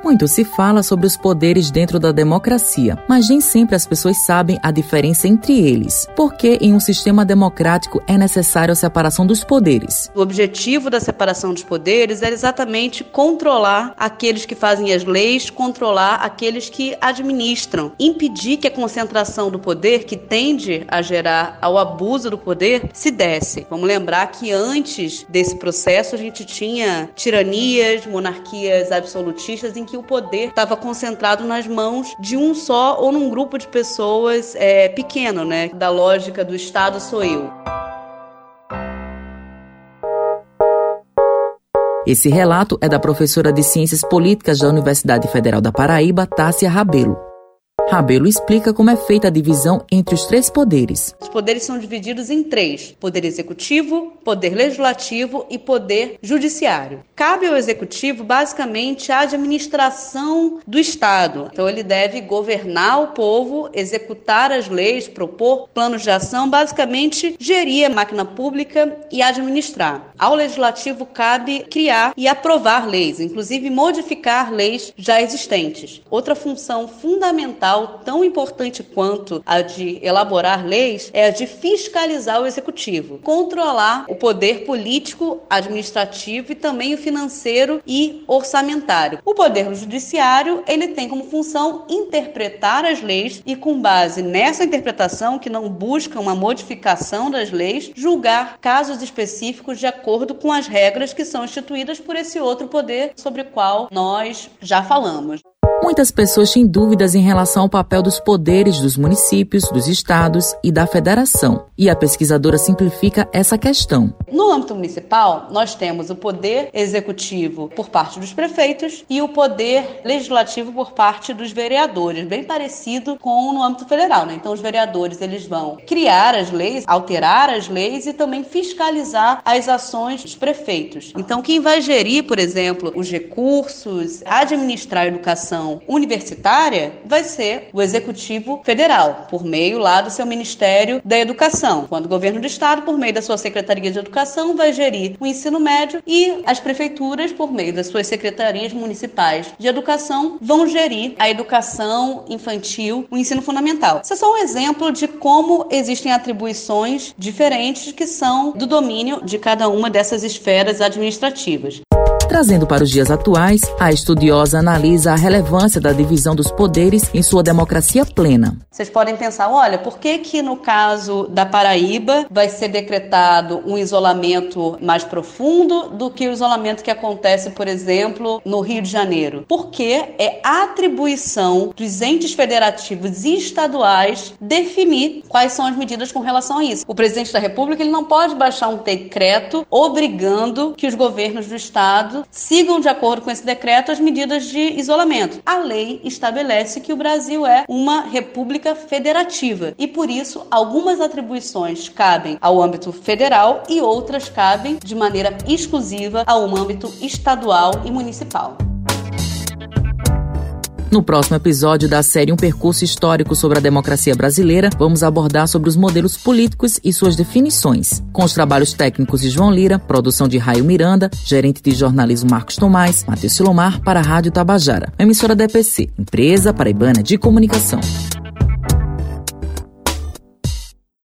Muito se fala sobre os poderes dentro da democracia, mas nem sempre as pessoas sabem a diferença entre eles. Porque em um sistema democrático é necessário a separação dos poderes. O objetivo da separação dos poderes é exatamente controlar aqueles que fazem as leis, controlar aqueles que administram, impedir que a concentração do poder, que tende a gerar ao abuso do poder, se desse. Vamos lembrar que antes desse processo a gente tinha tiranias, monarquias absolutistas em que o poder estava concentrado nas mãos de um só ou num grupo de pessoas pequeno, né? Da lógica do Estado sou eu. Esse relato é da professora de Ciências Políticas da Universidade Federal da Paraíba, Tássia Rabelo. Rabelo explica como é feita a divisão entre os 3 poderes. Os poderes são divididos em 3: poder executivo, poder legislativo e poder judiciário. Cabe ao executivo, basicamente, a administração do Estado. Então, ele deve governar o povo, executar as leis, propor planos de ação, basicamente, gerir a máquina pública e administrar. Ao legislativo, cabe criar e aprovar leis, inclusive modificar leis já existentes. Outra função fundamental, tão importante quanto a de elaborar leis, é a de fiscalizar o executivo, controlar o poder político, administrativo e também o financeiro e orçamentário. O poder judiciário, ele tem como função interpretar as leis e, com base nessa interpretação, que não busca uma modificação das leis, julgar casos específicos de acordo com as regras que são instituídas por esse outro poder sobre o qual nós já falamos. Muitas pessoas têm dúvidas em relação ao papel dos poderes dos municípios, dos estados e da federação. E a pesquisadora simplifica essa questão. No âmbito municipal, nós temos o poder executivo por parte dos prefeitos e o poder legislativo por parte dos vereadores, bem parecido com no âmbito federal, né? Então, os vereadores, eles vão criar as leis, alterar as leis e também fiscalizar as ações dos prefeitos. Então, quem vai gerir, por exemplo, os recursos, administrar a educação universitária, vai ser o Executivo Federal, por meio lá do seu Ministério da Educação. Quando o governo do Estado, por meio da sua Secretaria de Educação, vai gerir o ensino médio e as prefeituras, por meio das suas secretarias municipais de educação, vão gerir a educação infantil, o ensino fundamental. Isso é só um exemplo de como existem atribuições diferentes que são do domínio de cada uma dessas esferas administrativas. Trazendo para os dias atuais, a estudiosa analisa a relevância da divisão dos poderes em sua democracia plena. Vocês podem pensar, olha, por que no caso da Paraíba vai ser decretado um isolamento mais profundo do que o isolamento que acontece, por exemplo, no Rio de Janeiro? Porque é a atribuição dos entes federativos e estaduais definir quais são as medidas com relação a isso. O presidente da República, ele não pode baixar um decreto obrigando que os governos do estado sigam de acordo com esse decreto as medidas de isolamento. A lei estabelece que o Brasil é uma república federativa e, por isso, algumas atribuições cabem ao âmbito federal e outras cabem de maneira exclusiva ao âmbito estadual e municipal. No próximo episódio da série Um Percurso Histórico sobre a Democracia Brasileira, vamos abordar sobre os modelos políticos e suas definições. Com os trabalhos técnicos de João Lira, produção de Raio Miranda, gerente de jornalismo Marcos Tomás, Matheus Silomar para a Rádio Tabajara, emissora da EPC, Empresa Paraibana de Comunicação.